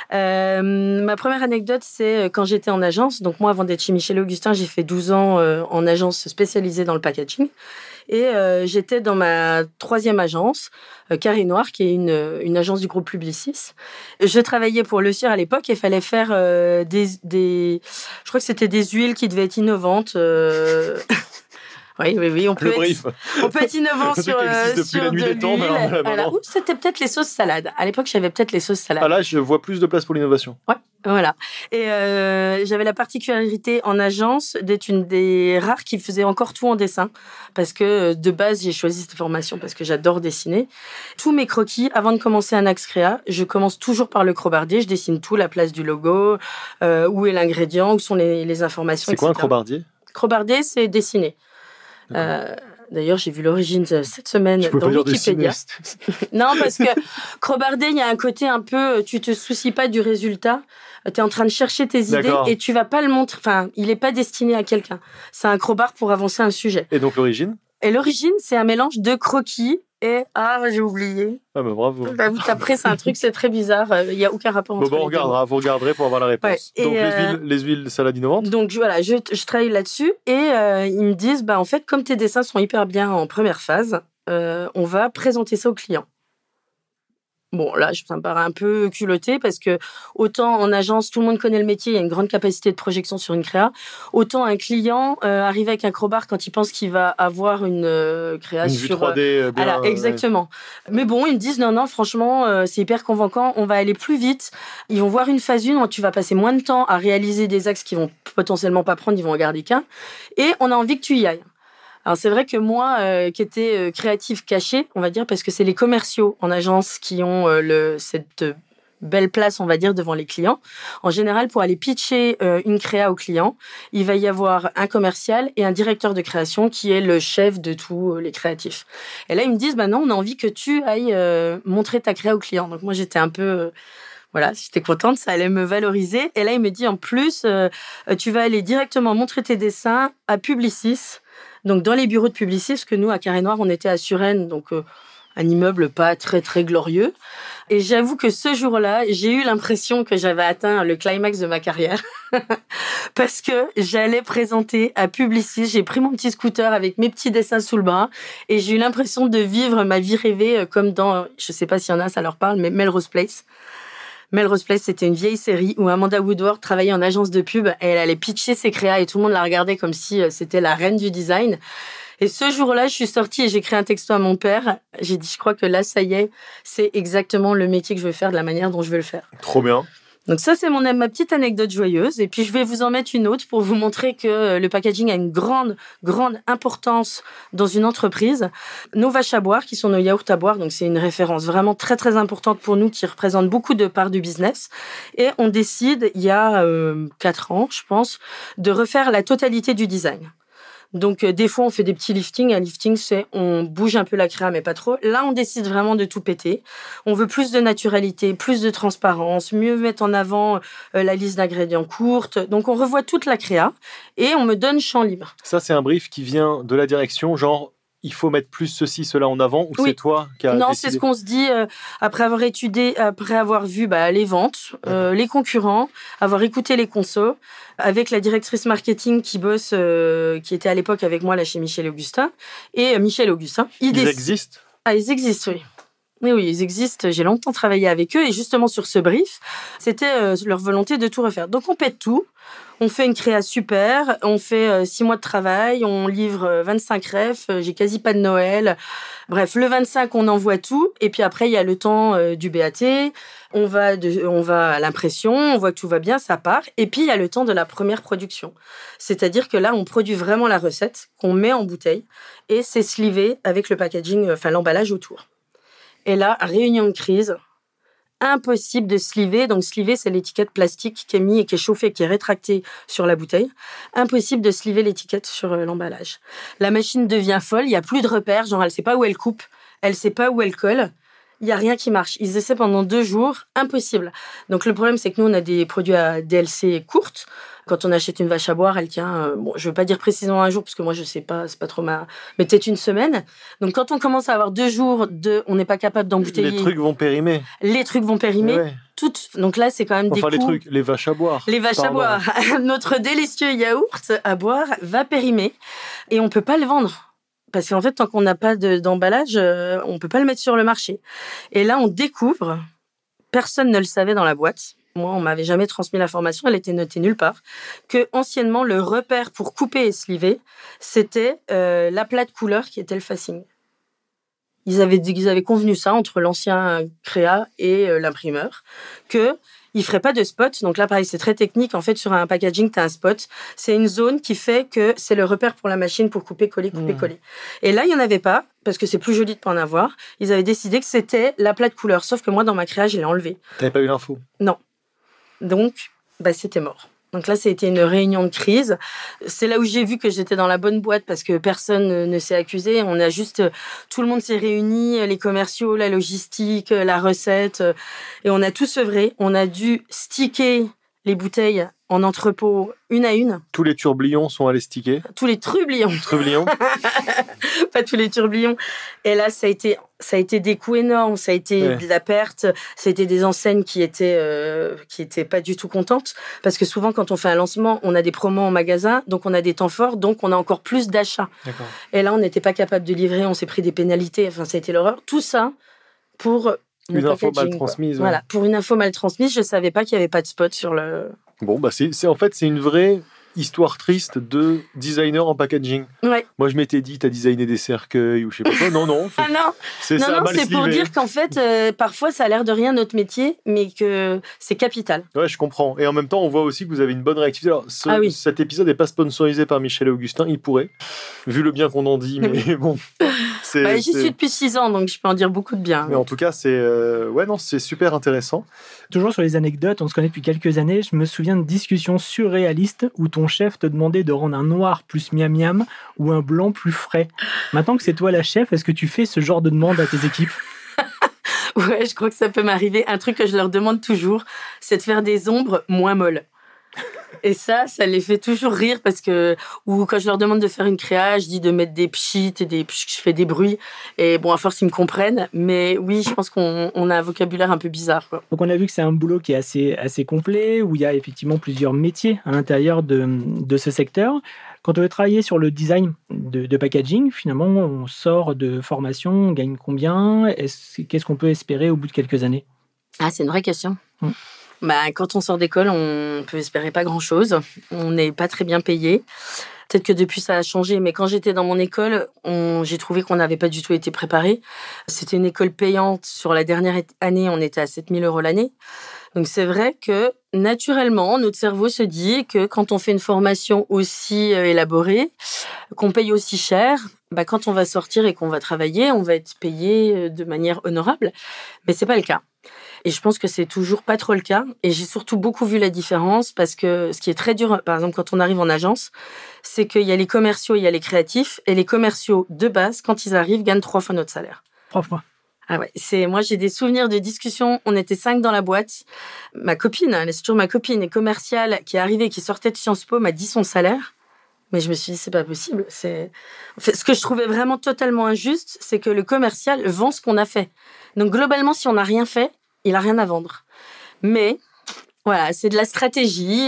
Ma première anecdote, c'est quand j'étais en agence. Donc moi, avant d'être chez Michel Augustin, j'ai fait 12 ans en agence spécialisée dans le packaging. Et j'étais dans ma 3e agence, Carré Noir, qui est une agence du groupe Publicis. Je travaillais pour Le Cire à l'époque et il fallait faire je crois que c'était des huiles qui devaient être innovantes. Oui, on peut être innovant sur de l'huile. Voilà. Ou c'était peut-être les sauces salades. À l'époque, j'avais peut-être les sauces salades. Ah là, je vois plus de place pour l'innovation. Ouais, voilà. Et j'avais la particularité en agence d'être une des rares qui faisait encore tout en dessin. Parce que de base, j'ai choisi cette formation parce que j'adore dessiner. Tous mes croquis, avant de commencer un axe créa, je commence toujours par le crobardier. Je dessine tout, la place du logo, où est l'ingrédient, où sont les informations, etc. C'est quoi un crobardier? Crobardier, c'est dessiner. D'ailleurs, j'ai vu l'origine cette semaine dans Wikipédia. Non, parce que crobarder, il y a un côté un peu, tu te soucies pas du résultat. Tu es en train de chercher tes idées et tu vas pas le montrer. Enfin, il est pas destiné à quelqu'un. C'est un crowbar pour avancer un sujet. Et donc l'origine? Et l'origine, c'est un mélange de croquis et j'ai oublié. Ah bah bravo. Après, c'est un truc, c'est très bizarre. Il y a aucun rapport entre les deux. Vous regarderez pour avoir la réponse. Ouais. Donc les huiles salades innovantes. Donc voilà, je travaille là-dessus et ils me disent, en fait, comme tes dessins sont hyper bien en première phase, on va présenter ça au client. Bon, là, ça me paraît un peu culotté parce que autant en agence, tout le monde connaît le métier, il y a une grande capacité de projection sur une créa. Autant un client arrive avec un crowbar quand il pense qu'il va avoir une créa une vue 3D. Voilà, exactement. Ouais. Mais bon, ils me disent non, franchement, c'est hyper convaincant. On va aller plus vite. Ils vont voir une phase 1 où tu vas passer moins de temps à réaliser des axes qu'ils vont potentiellement pas prendre, ils vont en garder qu'un. Et on a envie que tu y ailles. Alors, c'est vrai que moi, qui étais créative cachée, on va dire, parce que c'est les commerciaux en agence qui ont cette belle place, on va dire, devant les clients. En général, pour aller pitcher une créa au client, il va y avoir un commercial et un directeur de création qui est le chef de tous les créatifs. Et là, ils me disent, non, on a envie que tu ailles montrer ta créa au client. Donc, moi, j'étais un peu... Voilà, j'étais contente, ça allait me valoriser. Et là, il me dit, en plus, tu vas aller directement montrer tes dessins à Publicis. Donc, dans les bureaux de Publicis, parce que nous, à Carré Noir, on était à Suresnes, donc un immeuble pas très très glorieux. Et j'avoue que ce jour-là, j'ai eu l'impression que j'avais atteint le climax de ma carrière parce que j'allais présenter à Publicis. J'ai pris mon petit scooter avec mes petits dessins sous le bras et j'ai eu l'impression de vivre ma vie rêvée comme dans, je sais pas s'il y en a, ça leur parle, mais Melrose Place. Melrose Place, c'était une vieille série où Amanda Woodward travaillait en agence de pub et elle allait pitcher ses créas et tout le monde la regardait comme si c'était la reine du design. Et ce jour-là, je suis sortie et j'ai écrit un texto à mon père. J'ai dit, je crois que là, ça y est, c'est exactement le métier que je veux faire de la manière dont je veux le faire. Trop bien. Donc ça, c'est ma petite anecdote joyeuse. Et puis, je vais vous en mettre une autre pour vous montrer que le packaging a une grande, grande importance dans une entreprise. Nos vaches à boire, qui sont nos yaourts à boire, donc c'est une référence vraiment très, très importante pour nous, qui représente beaucoup de parts du business. Et on décide, il y a 4 ans, je pense, de refaire la totalité du design. Donc, des fois, on fait des petits liftings. Un lifting, c'est on bouge un peu la créa, mais pas trop. Là, on décide vraiment de tout péter. On veut plus de naturalité, plus de transparence, mieux mettre en avant la liste d'ingrédients courte. Donc, on revoit toute la créa et on me donne champ libre. Ça, c'est un brief qui vient de la direction, genre, il faut mettre plus ceci, cela en avant, ou oui. c'est toi qui as décidé? Non, c'est ce qu'on se dit après avoir étudié, après avoir vu les ventes, les concurrents, avoir écouté les consos, avec la directrice marketing qui bosse, qui était à l'époque avec moi là chez Michel Augustin, et Michel Augustin. Ils existent? Ah, ils existent, oui. Oui, ils existent. J'ai longtemps travaillé avec eux et justement sur ce brief, c'était leur volonté de tout refaire. Donc on pète tout, on fait une créa super, on fait 6 mois de travail, on livre 25 refs, j'ai quasi pas de Noël. Bref, le 25, on envoie tout et puis après, il y a le temps du BAT, on va à l'impression, on voit que tout va bien, ça part. Et puis, il y a le temps de la première production. C'est-à-dire que là, on produit vraiment la recette qu'on met en bouteille et c'est slivé avec le packaging, enfin l'emballage autour. Et là, réunion de crise, impossible de sliver. Donc, sliver, c'est l'étiquette plastique qui est mise et qui est chauffée, qui est rétractée sur la bouteille. Impossible de sliver l'étiquette sur l'emballage. La machine devient folle, il n'y a plus de repères, genre elle ne sait pas où elle coupe, elle ne sait pas où elle colle. Il n'y a rien qui marche. Ils essaient pendant 2 jours, impossible. Donc, le problème, c'est que nous, on a des produits à DLC courtes. Quand on achète une vache à boire, elle tient, je ne veux pas dire précisément un jour, parce que moi, je ne sais pas, c'est pas trop mais peut-être une semaine. Donc, quand on commence à avoir 2 jours, on n'est pas capable d'embouteiller. Les trucs vont périmer. Ouais. Donc là, c'est quand même des coûts. Les vaches à boire. Les vaches à boire. Notre délicieux yaourt à boire va périmer et on ne peut pas le vendre. Parce qu'en fait, tant qu'on n'a pas d'emballage, on ne peut pas le mettre sur le marché. Et là, on découvre, personne ne le savait dans la boîte. Moi, on ne m'avait jamais transmis l'information, elle était notée nulle part, que anciennement, le repère pour couper et sliver, c'était l'aplat de couleur qui était le facing. Ils avaient convenu ça entre l'ancien créa et l'imprimeur, que il ferait pas de spot. Donc là, pareil, c'est très technique. En fait, sur un packaging, tu as un spot. C'est une zone qui fait que c'est le repère pour la machine pour couper, coller. Et là, il y en avait pas, parce que c'est plus joli de pas en avoir. Ils avaient décidé que c'était l'aplat de couleur. Sauf que moi, dans ma créa, je l'ai enlevé. T'avais pas eu l'info? Non. Donc, c'était mort. Donc là, ça a été une réunion de crise. C'est là où j'ai vu que j'étais dans la bonne boîte parce que personne ne s'est accusé. Tout le monde s'est réuni, les commerciaux, la logistique, la recette, et on a tous œuvré. On a dû sticker les bouteilles en entrepôt une à une. Tous les turblions sont allés sticker. Tous les trublions. Pas tous les turblions. Et là, ça a été des coûts énormes, ça a été de la perte, ça a été des enseignes qui étaient pas du tout contentes. Parce que souvent, quand on fait un lancement, on a des promos en magasin, donc on a des temps forts, donc on a encore plus d'achats. D'accord. Et là, on n'était pas capable de livrer, on s'est pris des pénalités, enfin, ça a été l'horreur. Tout ça pour une info mal transmise. Voilà, pour une info mal transmise, je savais pas qu'il y avait pas de spot sur le. Bon, c'est une vraie histoire triste de designer en packaging. Ouais. Moi, je m'étais dit, t'as designé des cercueils ou je sais pas quoi. Non. Ah non. C'est pour dire qu'en fait, parfois, ça a l'air de rien notre métier, mais que c'est capital. Ouais, je comprends. Et en même temps, on voit aussi que vous avez une bonne réactivité. Alors, cet épisode n'est pas sponsorisé par Michel Augustin, il pourrait, vu le bien qu'on en dit, mais bon. J'y suis depuis 6 ans, donc je peux en dire beaucoup de bien. Mais en tout cas, c'est super intéressant. Toujours sur les anecdotes, on se connaît depuis quelques années. Je me souviens de discussions surréalistes où ton chef te demandait de rendre un noir plus miam-miam ou un blanc plus frais. Maintenant que c'est toi la chef, est-ce que tu fais ce genre de demande à tes équipes ? Ouais, je crois que ça peut m'arriver. Un truc que je leur demande toujours, c'est de faire des ombres moins molles. Et ça les fait toujours rire parce que, ou quand je leur demande de faire une créa, je dis de mettre des pchits et je fais des bruits. Et bon, à force, ils me comprennent. Mais oui, je pense qu'on a un vocabulaire un peu bizarre, quoi. Donc, on a vu que c'est un boulot qui est assez complet, où il y a effectivement plusieurs métiers à l'intérieur de ce secteur. Quand on veut travailler sur le design de packaging, finalement, on sort de formation, on gagne combien ? Qu'est-ce qu'on peut espérer au bout de quelques années ? Ah, c'est une vraie question. Quand on sort d'école, on peut espérer pas grand-chose. On n'est pas très bien payé. Peut-être que depuis, ça a changé. Mais quand j'étais dans mon école, j'ai trouvé qu'on n'avait pas du tout été préparé. C'était une école payante. Sur la dernière année, on était à 7 000 € l'année. Donc, c'est vrai que naturellement, notre cerveau se dit que quand on fait une formation aussi élaborée, qu'on paye aussi cher, quand on va sortir et qu'on va travailler, on va être payé de manière honorable. Mais c'est pas le cas. Et je pense que c'est toujours pas trop le cas. Et j'ai surtout beaucoup vu la différence parce que ce qui est très dur, par exemple, quand on arrive en agence, c'est qu'il y a les commerciaux, il y a les créatifs. Et les commerciaux, de base, quand ils arrivent, gagnent 3 fois notre salaire. 3 fois. Ah ouais, moi j'ai des souvenirs de discussions, on était 5 dans la boîte. Ma copine, elle est toujours ma copine, et commerciale qui est arrivée, qui sortait de Sciences Po, m'a dit son salaire. Mais je me suis dit, c'est pas possible. En fait, ce que je trouvais vraiment totalement injuste, c'est que le commercial vend ce qu'on a fait. Donc globalement, si on n'a rien fait, il a rien à vendre. Mais voilà, c'est de la stratégie,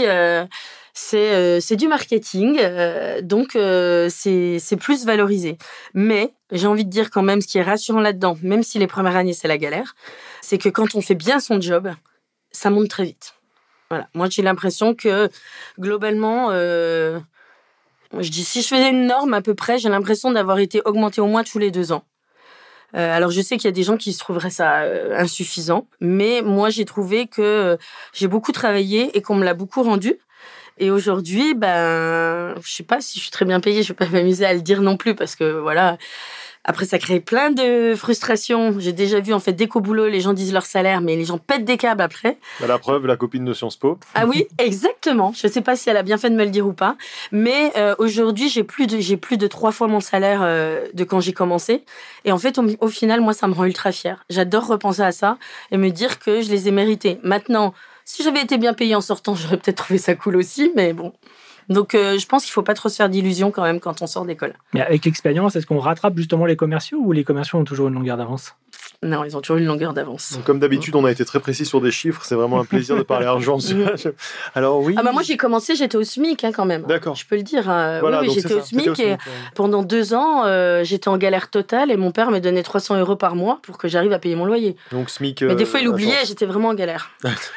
c'est du marketing, donc c'est plus valorisé. Mais j'ai envie de dire quand même, ce qui est rassurant là-dedans, même si les premières années c'est la galère, c'est que quand on fait bien son job, ça monte très vite. Voilà, moi j'ai l'impression que globalement, je dis si je faisais une norme à peu près, j'ai l'impression d'avoir été augmentée au moins tous les 2 ans. Alors je sais qu'il y a des gens qui se trouveraient ça insuffisant, mais moi j'ai trouvé que j'ai beaucoup travaillé et qu'on me l'a beaucoup rendu. Et aujourd'hui, je sais pas si je suis très bien payée, je vais pas m'amuser à le dire non plus parce que voilà. Après, ça crée plein de frustrations. J'ai déjà vu, en fait, dès qu'au boulot, les gens disent leur salaire, mais les gens pètent des câbles après. La preuve, la copine de Sciences Po. Ah oui, exactement. Je sais pas si elle a bien fait de me le dire ou pas. Mais aujourd'hui, j'ai plus de 3 fois mon salaire de quand j'ai commencé. Et en fait, au final, moi, ça me rend ultra fière. J'adore repenser à ça et me dire que je les ai mérités. Maintenant, si j'avais été bien payée en sortant, j'aurais peut-être trouvé ça cool aussi, mais bon. Donc, je pense qu'il ne faut pas trop se faire d'illusions quand même quand on sort d'école. Mais avec l'expérience, est-ce qu'on rattrape justement les commerciaux ou les commerciaux ont toujours une longueur d'avance ? Non, ils ont toujours une longueur d'avance. Donc, comme d'habitude, on a été très précis sur des chiffres. C'est vraiment un plaisir de parler argent. Alors oui. Moi, j'ai commencé, j'étais au SMIC quand même. D'accord. Je peux le dire. Voilà, oui, j'étais au SMIC et pendant 2 ans, j'étais en galère totale et mon père me donnait 300 € par mois pour que j'arrive à payer mon loyer. Donc SMIC. Mais des fois, il oubliait, j'étais vraiment en galère.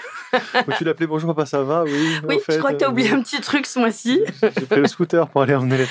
Tu l'appelais bonjour papa, ça va? Oui, oui, je crois que tu as oublié un petit truc ce mois-ci. J'ai pris le scooter pour aller emmener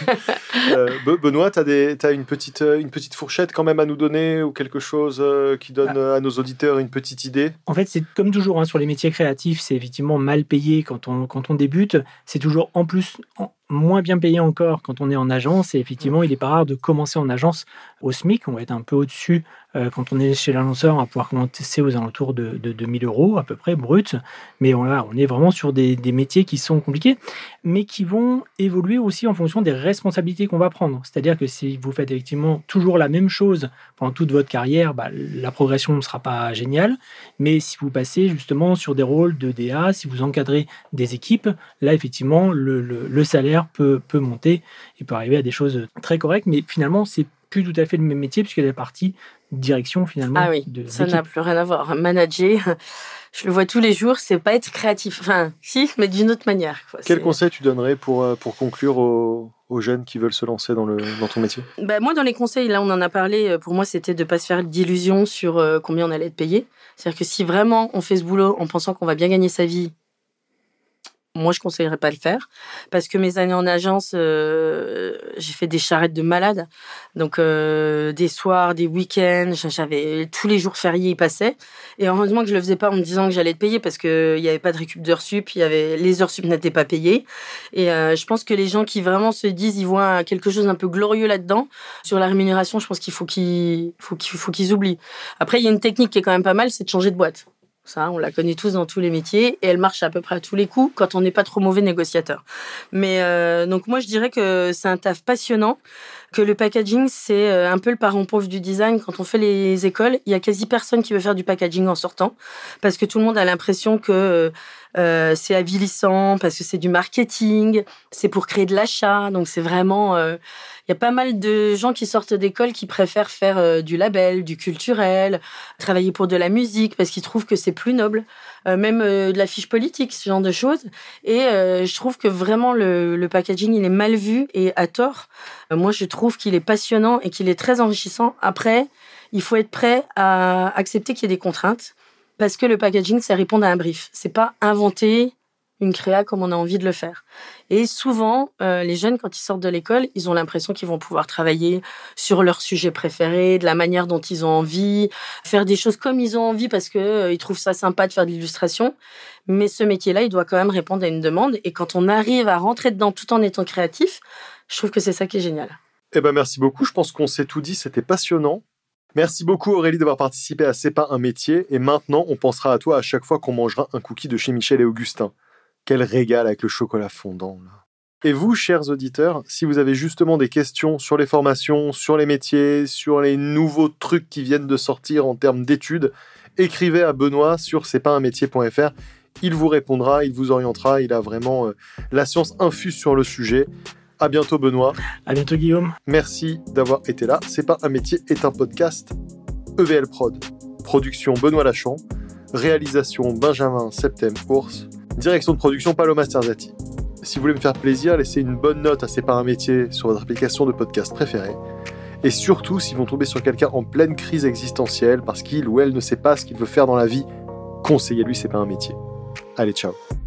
les Benoît, tu as une petite fourchette quand même à nous donner ou quelque chose qui donne à nos auditeurs une petite idée? En fait, c'est comme toujours sur les métiers créatifs, c'est effectivement mal payé quand on débute. C'est toujours en plus moins bien payé encore quand on est en agence. Et effectivement, il n'est pas rare de commencer en agence au SMIC. On va être un peu au-dessus quand on est chez l'annonceur. On va pouvoir commencer aux alentours de 2 000 € à peu près brut. Mais on est vraiment sur des métiers qui sont compliqués, mais qui vont évoluer aussi en fonction des responsabilités qu'on va prendre. C'est-à-dire que si vous faites effectivement toujours la même chose pendant toute votre carrière, la progression ne sera pas géniale. Mais si vous passez justement sur des rôles de DA, si vous encadrez des équipes, là effectivement le salaire peut monter et peut arriver à des choses très correctes, mais finalement c'est plus tout à fait le même métier puisqu'il y a la partie direction finalement. Ah oui, ça n'a plus rien à voir. Manager, je le vois tous les jours, c'est pas être créatif. Enfin, si, mais d'une autre manière. Quel conseil tu donnerais pour conclure aux jeunes qui veulent se lancer dans ton métier? Moi, dans les conseils, là, on en a parlé. Pour moi, c'était de pas se faire d'illusions sur combien on allait être payé. C'est-à-dire que si vraiment on fait ce boulot en pensant qu'on va bien gagner sa vie, moi, je ne conseillerais pas de le faire parce que mes années en agence, j'ai fait des charrettes de malades. Donc, des soirs, des week-ends, j'avais tous les jours fériés, ils passaient. Et heureusement que je ne le faisais pas en me disant que j'allais être payée parce qu'il n'y avait pas de récup d'heures sup, les heures sup n'étaient pas payées. Et je pense que les gens qui vraiment se disent, ils voient quelque chose d'un peu glorieux là-dedans, sur la rémunération, je pense qu'il faut qu'ils oublient. Après, il y a une technique qui est quand même pas mal, c'est de changer de boîte. Ça, on la connaît tous dans tous les métiers et elle marche à peu près à tous les coups quand on n'est pas trop mauvais négociateur. Mais donc moi, je dirais que c'est un taf passionnant, que le packaging, c'est un peu le parent pauvre du design. Quand on fait les écoles, il y a quasi personne qui veut faire du packaging en sortant parce que tout le monde a l'impression que c'est avilissant parce que c'est du marketing, c'est pour créer de l'achat. Donc c'est vraiment... Il y a pas mal de gens qui sortent d'école qui préfèrent faire du label, du culturel, travailler pour de la musique parce qu'ils trouvent que c'est plus noble. Même de la fiche politique, ce genre de choses. Et je trouve que vraiment le packaging, il est mal vu et à tort. Moi, je trouve qu'il est passionnant et qu'il est très enrichissant. Après, il faut être prêt à accepter qu'il y ait des contraintes parce que le packaging, c'est répondre à un brief. C'est pas inventer une créa comme on a envie de le faire. Et souvent, les jeunes, quand ils sortent de l'école, ils ont l'impression qu'ils vont pouvoir travailler sur leur sujet préféré, de la manière dont ils ont envie, faire des choses comme ils ont envie parce que ils trouvent ça sympa de faire de l'illustration. Mais ce métier-là, il doit quand même répondre à une demande. Et quand on arrive à rentrer dedans tout en étant créatif, je trouve que c'est ça qui est génial. Eh ben, merci beaucoup. Je pense qu'on s'est tout dit. C'était passionnant. Merci beaucoup Aurélie d'avoir participé à C'est pas un métier. Et maintenant, on pensera à toi à chaque fois qu'on mangera un cookie de chez Michel et Augustin. Quel régal avec le chocolat fondant, là. Et vous, chers auditeurs, si vous avez justement des questions sur les formations, sur les métiers, sur les nouveaux trucs qui viennent de sortir en termes d'études, écrivez à Benoît sur c'estpasunmétier.fr. Il vous répondra, il vous orientera. Il a vraiment la science infuse sur le sujet. À bientôt, Benoît. À bientôt, Guillaume. Merci d'avoir été là. C'est pas un métier est un podcast EVL Prod. Production Benoît Lachon. Réalisation Benjamin Septem-Ours. Direction de production Paloma Sterzati. Si vous voulez me faire plaisir, laissez une bonne note à C'est pas un métier sur votre application de podcast préférée. Et surtout, si vous tombez sur quelqu'un en pleine crise existentielle parce qu'il ou elle ne sait pas ce qu'il veut faire dans la vie, conseillez-lui C'est pas un métier. Allez, ciao.